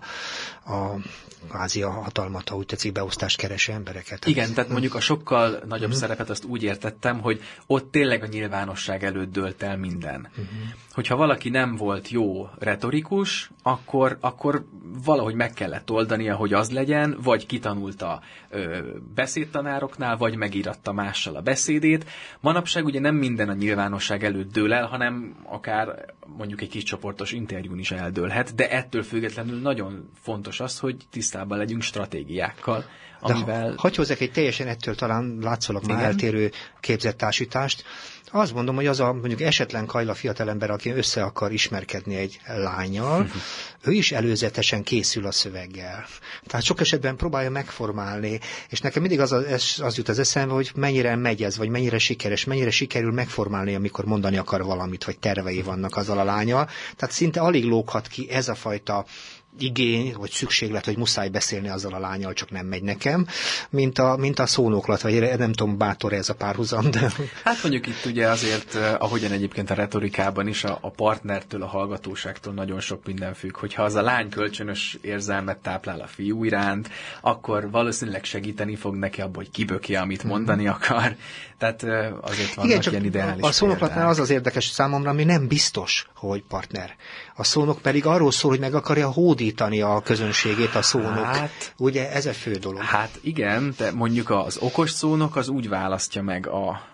kvázi a hatalmat, ha úgy tetszik, beosztást kereső embereket. Igen, tehát mondjuk a sokkal nagyobb szerepet azt úgy értettem, hogy ott tényleg a nyilvánosság előtt dőlt el minden. Hogyha valaki nem volt jó retorikus, akkor valahogy meg kellett oldania, hogy az legyen, vagy kitanulta beszédtanároknál, vagy megíratta mással a beszédét. Manapság ugye nem minden a nyilvánosság előtt dől el, hanem akár mondjuk egy kis csoportos interjún is eldőlhet, de ettől függetlenül nagyon fontos az, hogy tisztában legyünk stratégiákkal, amivel... Hagy hozzák egy teljesen ettől talán látszólag már eltérő képzettársítást. Azt mondom, hogy az a mondjuk esetlen kajla fiatalember, aki össze akar ismerkedni egy lánnyal, ő is előzetesen készül a szöveggel. Tehát sok esetben próbálja megformálni, és nekem mindig az jut az eszembe, hogy mennyire megy ez, vagy mennyire sikeres, mennyire sikerül megformálni, amikor mondani akar valamit, vagy tervei vannak azzal a lánnyal. Tehát szinte alig lóghat ki ez a fajta igény, vagy szükséglet, hogy muszáj beszélni azzal a lányal, csak nem megy nekem, mint a szónoklat, vagy nem tudom, bátor ez a párhuzam, de... Hát mondjuk itt ugye azért, ahogyan egyébként a retorikában is, a partnertől, a hallgatóságtól nagyon sok minden függ. Hogyha az a lány kölcsönös érzelmet táplál a fiú iránt, akkor valószínűleg segíteni fog neki abban, hogy kibökje, amit mondani akar. Tehát azért vannak ilyen ideális a szónoklatnál az érdekes számomra, ami nem biztos, hogy partner. A szónok pedig arról szól, hogy meg akarja hódítani a közönségét a szónok. Hát, ugye ez a fő dolog. Hát igen, de mondjuk az okos szónok az úgy választja meg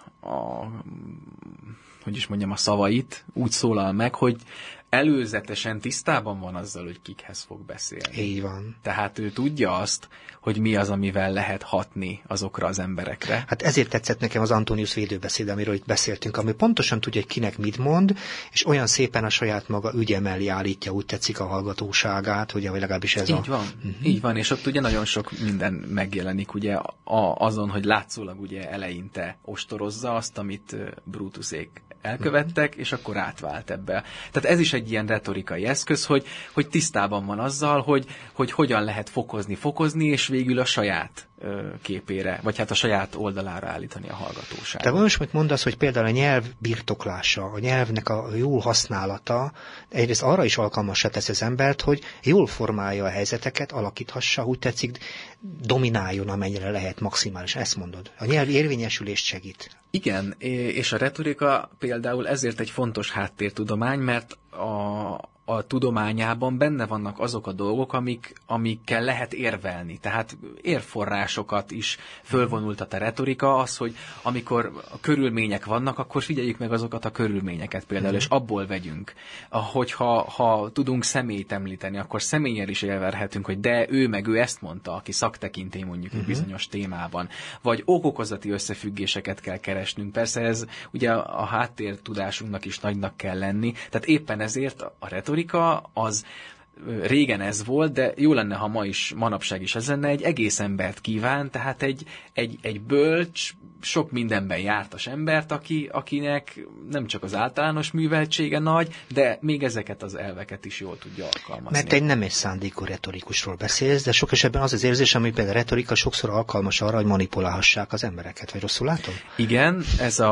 hogy is mondjam, a szavait, úgy szólal meg, hogy előzetesen tisztában van azzal, hogy kikhez fog beszélni. Így van. Tehát ő tudja azt, hogy mi az, amivel lehet hatni azokra az emberekre. Hát ezért tetszett nekem az Antonius védőbeszéd, amiről itt beszéltünk, ami pontosan tudja, hogy kinek mit mond, és olyan szépen a saját maga ügye mellé állítja, úgy tetszik a hallgatóságát, ugye, vagy legalábbis ez így van. Így van, és ott ugye nagyon sok minden megjelenik, ugye azon, hogy látszólag ugye eleinte ostorozza azt, amit Brutusék elkövettek, és akkor átvált ebbe. Tehát ez is egy ilyen retorikai eszköz, hogy tisztában van azzal, hogy hogyan lehet fokozni, és végül a saját képére, vagy hát a saját oldalára állítani a hallgatóságot. De most mit mondasz, hogy például a nyelv birtoklása, a nyelvnek a jól használata egyrészt arra is alkalmassá tesz az embert, hogy jól formálja a helyzeteket, alakíthassa, úgy tetszik, domináljon, amennyire lehet maximális. Ezt mondod. A nyelv érvényesülést segít. Igen, és a retorika például ezért egy fontos háttértudomány, mert a tudományában benne vannak azok a dolgok, amikkel lehet érvelni. Tehát érforrásokat is fölvonultat a retorika, az, hogy amikor a körülmények vannak, akkor figyeljük meg azokat a körülményeket például, és abból vegyünk. Ha tudunk személyt említeni, akkor személlyel is élverhetünk, hogy de ő ezt mondta, aki szaktekintély mondjuk egy bizonyos témában. Vagy okokozati összefüggéseket kell keresnünk. Persze ez ugye a háttértudásunknak is nagynak kell lenni. Tehát éppen ezért a retorika az régen ez volt, de jó lenne, ha manapság is ez lenne, egy egész embert kíván, tehát egy bölcs, sok mindenben jártas embert, akinek nem csak az általános műveltsége nagy, de még ezeket az elveket is jól tudja alkalmazni. Mert egy nem egy szándékú retorikusról beszélsz, de sok esetben az érzés, ami például a retorika sokszor alkalmas arra, hogy manipulálhassák az embereket, vagy rosszul látom? Igen,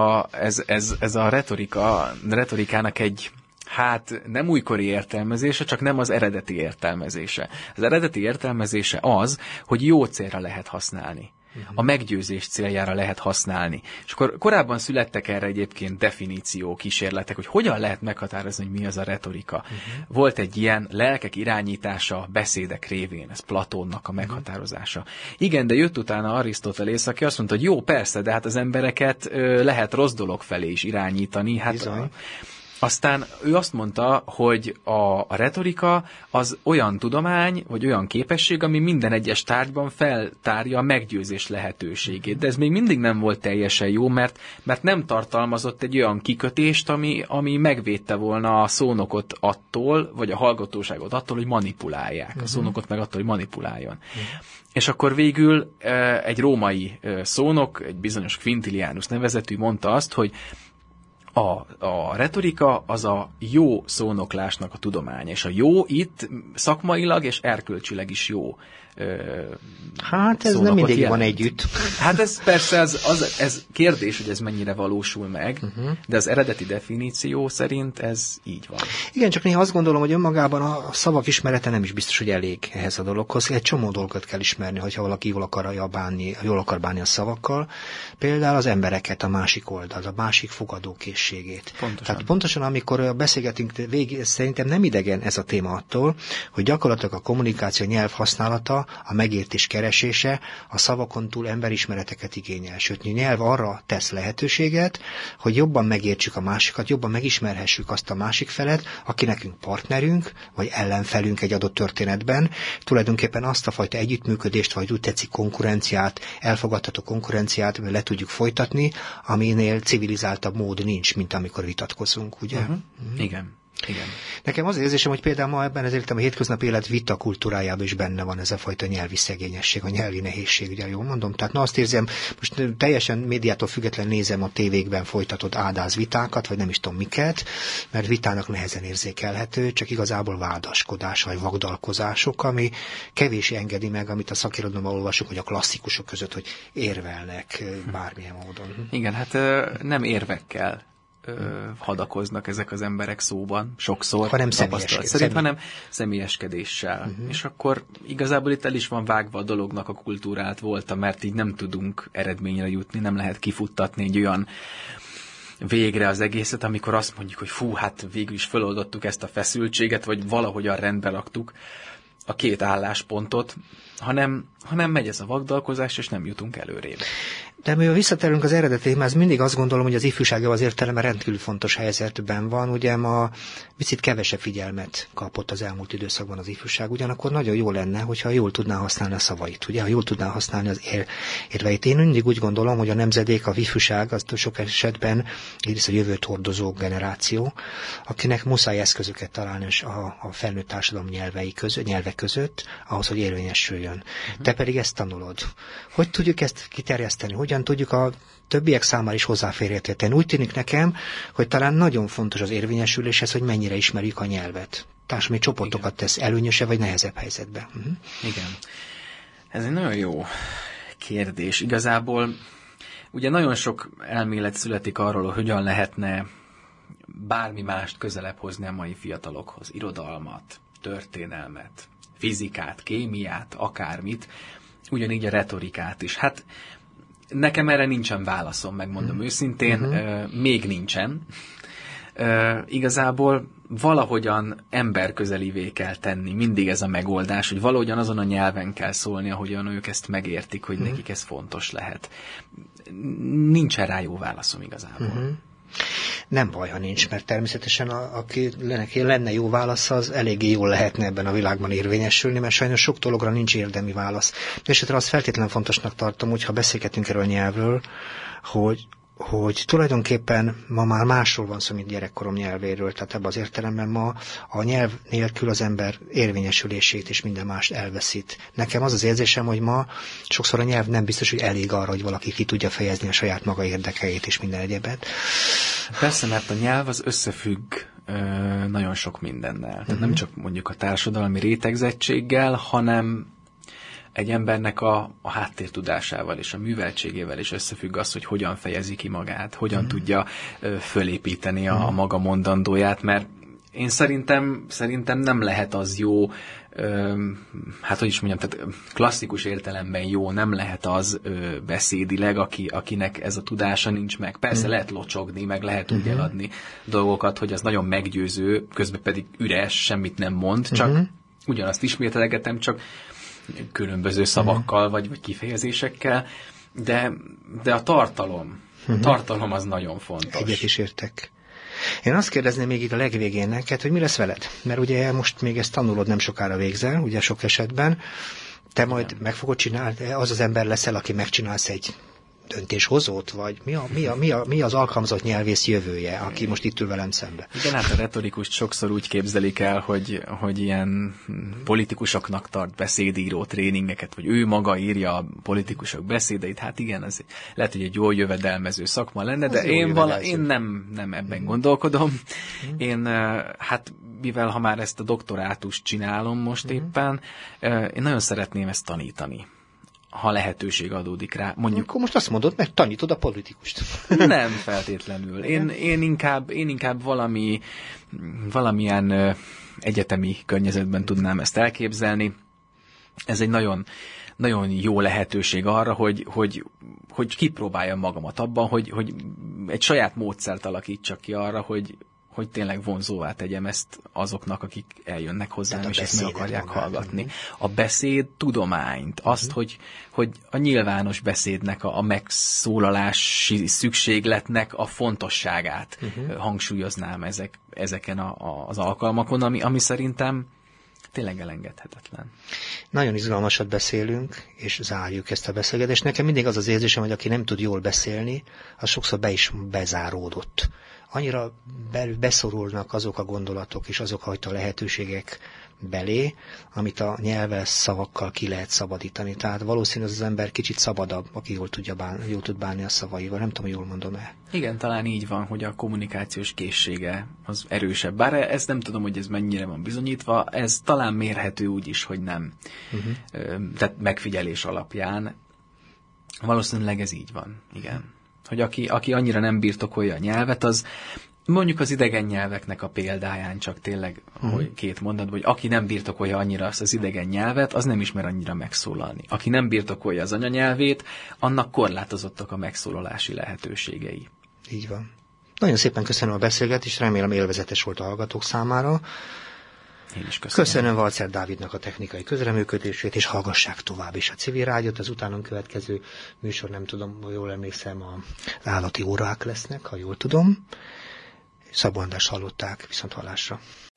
ez a retorikának egy nem újkori értelmezése, csak nem az eredeti értelmezése. Az eredeti értelmezése az, hogy jó célra lehet használni. A meggyőzés céljára lehet használni. És akkor korábban születtek erre egyébként definíció kísérletek, hogy hogyan lehet meghatározni, hogy mi az a retorika. Volt egy ilyen lelkek irányítása beszédek révén, ez Platónnak a meghatározása. Igen, de jött utána Arisztotelész, aki azt mondta, hogy jó, persze, de hát az embereket lehet rossz dolog felé is irányítani. Hát aztán ő azt mondta, hogy a retorika az olyan tudomány, vagy olyan képesség, ami minden egyes tárgyban feltárja a meggyőzés lehetőségét. De ez még mindig nem volt teljesen jó, mert nem tartalmazott egy olyan kikötést, ami megvédte volna a szónokot attól, vagy a hallgatóságot attól, hogy manipulálják. A szónokot meg attól, hogy manipuláljon. És akkor végül egy római szónok, egy bizonyos Quintilianus nevezetű mondta azt, hogy a retorika az a jó szónoklásnak a tudománya, és a jó itt szakmailag és erkölcsileg is jó. Hát ez nem mindig van együtt. Hát ez persze, ez kérdés, hogy ez mennyire valósul meg, de az eredeti definíció szerint ez így van. Igen, csak néha azt gondolom, hogy önmagában a szavak ismerete nem is biztos, hogy elég ehhez a dologhoz. Egy csomó dolgot kell ismerni, hogyha valaki jól akar bánni a szavakkal. Például az embereket, a másik oldalt, a másik fogadókészségét. Pontosan. Tehát pontosan amikor beszélgetünk végig, szerintem nem idegen ez a téma attól, hogy gyakorlatilag a kommunikáció nyelv használata, a megértés keresése a szavakon túl emberismereteket igényel. Sőt, nyelv arra tesz lehetőséget, hogy jobban megértsük a másikat, jobban megismerhessük azt a másik felet, aki nekünk partnerünk, vagy ellenfelünk egy adott történetben. Tulajdonképpen azt a fajta együttműködést, vagy úgy tetszik konkurenciát, elfogadható konkurenciát le tudjuk folytatni, aminél civilizáltabb mód nincs, mint amikor vitatkozunk, ugye? Igen. Igen. Nekem az érzésem, hogy például ma ebben az életem a hétköznapi élet vita kultúrájában is benne van ez a fajta nyelvi szegényesség, a nyelvi nehézség, ugye jól mondom. Tehát azt érzem, most teljesen médiától független nézem a tévékben folytatott ádáz vitákat, vagy nem is tudom miket, mert vitának nehezen érzékelhető, csak igazából vádaskodás vagy vagdalkozások, ami kevés engedi meg, amit a szakirodalomban olvasunk, hogy a klasszikusok között, hogy érvelnek bármilyen módon. Igen, hát nem érvekkel hadakoznak ezek az emberek szóban, sokszor tapasztalat szerint, hanem személyeskedéssel. És akkor igazából itt el is van vágva a dolognak a kultúrát volta, mert így nem tudunk eredményre jutni, nem lehet kifuttatni egy olyan végre az egészet, amikor azt mondjuk, hogy fú, hát végül is feloldottuk ezt a feszültséget, vagy valahogyan rendbe raktuk a két álláspontot, hanem megy ez a vagdalkozás, és nem jutunk előrébb. De mivel visszatérünk az eredeti témához, mindig azt gondolom, hogy az ifjúság az értelme rendkívül fontos helyzetben van. Ugye ma picit kevesebb figyelmet kapott az elmúlt időszakban az ifjúság, ugyanakkor nagyon jó lenne, hogyha jól tudná használni a szavait, ugye, ha jól tudná használni az érveit. Én mindig úgy gondolom, hogy a nemzedék, a ifjúság, az sok esetben egyrészt a jövőt hordozó generáció, akinek muszáj eszközöket találni a felnőtt társadalom nyelvek között, ahhoz, hogy érvényesüljön. Te pedig ezt tanulod. Hogy tudjuk ezt kiterjeszteni? Hogyan tudjuk a többiek számára is hozzáférhetővé tenni? Úgy tűnik nekem, hogy talán nagyon fontos az érvényesüléshez, hogy mennyire ismerjük a nyelvet. Társadalmi csoportokat tesz előnyöse vagy nehezebb helyzetbe. Igen. Ez egy nagyon jó kérdés. Igazából ugye nagyon sok elmélet születik arról, hogy hogyan lehetne bármi mást közelebb hozni a mai fiatalokhoz. Irodalmat, történelmet, fizikát, kémiát, akármit, ugyanígy a retorikát is. Hát nekem erre nincsen válaszom, megmondom őszintén, még nincsen. igazából valahogyan emberközelivé kell tenni. Mindig ez a megoldás, hogy valahogyan azon a nyelven kell szólni, ahogyan ők ezt megértik, hogy nekik ez fontos lehet. Nincsen rá jó válaszom igazából. Nem baj, ha nincs, mert természetesen aki lenne jó válasz, az eléggé jól lehetne ebben a világban érvényesülni, mert sajnos sok dologra nincs érdemi válasz. Esetre azt feltétlenül fontosnak tartom, hogyha beszélgetünk erről a nyelvről, hogy tulajdonképpen ma már másról van szó, mint gyerekkorom nyelvéről. Tehát ebben az értelemben ma a nyelv nélkül az ember érvényesülését és minden mást elveszít. Nekem az az érzésem, hogy ma sokszor a nyelv nem biztos, hogy elég arra, hogy valaki ki tudja fejezni a saját maga érdekeit és minden egyebet. Persze, mert a nyelv az összefügg nagyon sok mindennel. Tehát nem csak mondjuk a társadalmi rétegzettséggel, hanem egy embernek a háttértudásával és a műveltségével is összefügg az, hogy hogyan fejezi ki magát, hogyan tudja fölépíteni a maga mondandóját, mert én szerintem nem lehet az jó, hát hogy is mondjam, tehát klasszikus értelemben jó, nem lehet az beszédileg, akinek ez a tudása nincs meg. Persze lehet locsogni, meg lehet úgy eladni dolgokat, hogy az nagyon meggyőző, közben pedig üres, semmit nem mond, csak ugyanazt ismételgetem, csak különböző szavakkal, vagy kifejezésekkel, de a tartalom az nagyon fontos. Egyet is értek. Én azt kérdezném még itt a legvégén neked, hogy mi lesz veled? Mert ugye most még ezt tanulod, nem sokára végzel, ugye sok esetben. Te majd meg fogod csinálni, az az ember leszel, aki megcsinálsz egy döntéshozót, vagy mi az alkalmazott nyelvész jövője, aki most itt ül velem szembe? Igen, hát a retorikust sokszor úgy képzelik el, hogy ilyen politikusoknak tart beszédíró tréningeket, vagy ő maga írja a politikusok beszédeit. Hát igen, ez lehet, hogy egy jól jövedelmező szakma lenne, de én nem ebben gondolkodom. Én, hát mivel ha már ezt a doktorátust csinálom most éppen, én nagyon szeretném ezt tanítani, ha lehetőség adódik rá. Mondjuk, akkor most azt mondod, mert tanítod a politikust. Nem feltétlenül. Én inkább valamilyen egyetemi környezetben tudnám ezt elképzelni. Ez egy nagyon, nagyon jó lehetőség arra, hogy kipróbáljam magamat abban, hogy egy saját módszert alakítsak ki arra, hogy tényleg vonzóvá tegyem ezt azoknak, akik eljönnek hozzám, és ezt meg akarják hallgatni. A beszéd tudományt, azt, hogy a nyilvános beszédnek, a megszólalási szükségletnek a fontosságát hangsúlyoznám ezeken az alkalmakon, ami szerintem tényleg elengedhetetlen. Nagyon izgalmasat beszélünk, és zárjuk ezt a beszélgetést. Nekem mindig az az érzésem, hogy aki nem tud jól beszélni, az sokszor be is bezáródott. Annyira beszorulnak azok a gondolatok és azok a lehetőségek belé, amit a nyelvvel, szavakkal ki lehet szabadítani. Tehát valószínűleg az ember kicsit szabadabb, aki jól tud bánni a szavaival. Nem tudom, jól mondom-e. Igen, talán így van, hogy a kommunikációs készsége az erősebb. Bár ezt nem tudom, hogy ez mennyire van bizonyítva, ez talán mérhető úgy is, hogy nem. Tehát megfigyelés alapján. Valószínűleg ez így van, igen. Hogy aki annyira nem birtokolja a nyelvet, az mondjuk az idegen nyelveknek a példáján csak tényleg, hogy két mondatban, hogy aki nem birtokolja annyira azt az idegen nyelvet, az nem ismer annyira megszólalni. Aki nem birtokolja az anyanyelvét, annak korlátozottak a megszólalási lehetőségei. Így van. Nagyon szépen köszönöm a beszélgetést, remélem élvezetes volt a hallgatók számára. Én is köszönöm. Köszönöm Walcer Dávidnak a technikai közreműködését, és hallgassák tovább is a Civil Rádiót. Az utánunk következő műsor, nem tudom, jól emlékszem, az állati órák lesznek, ha jól tudom. Szabó Andrást hallották, viszont hallásra.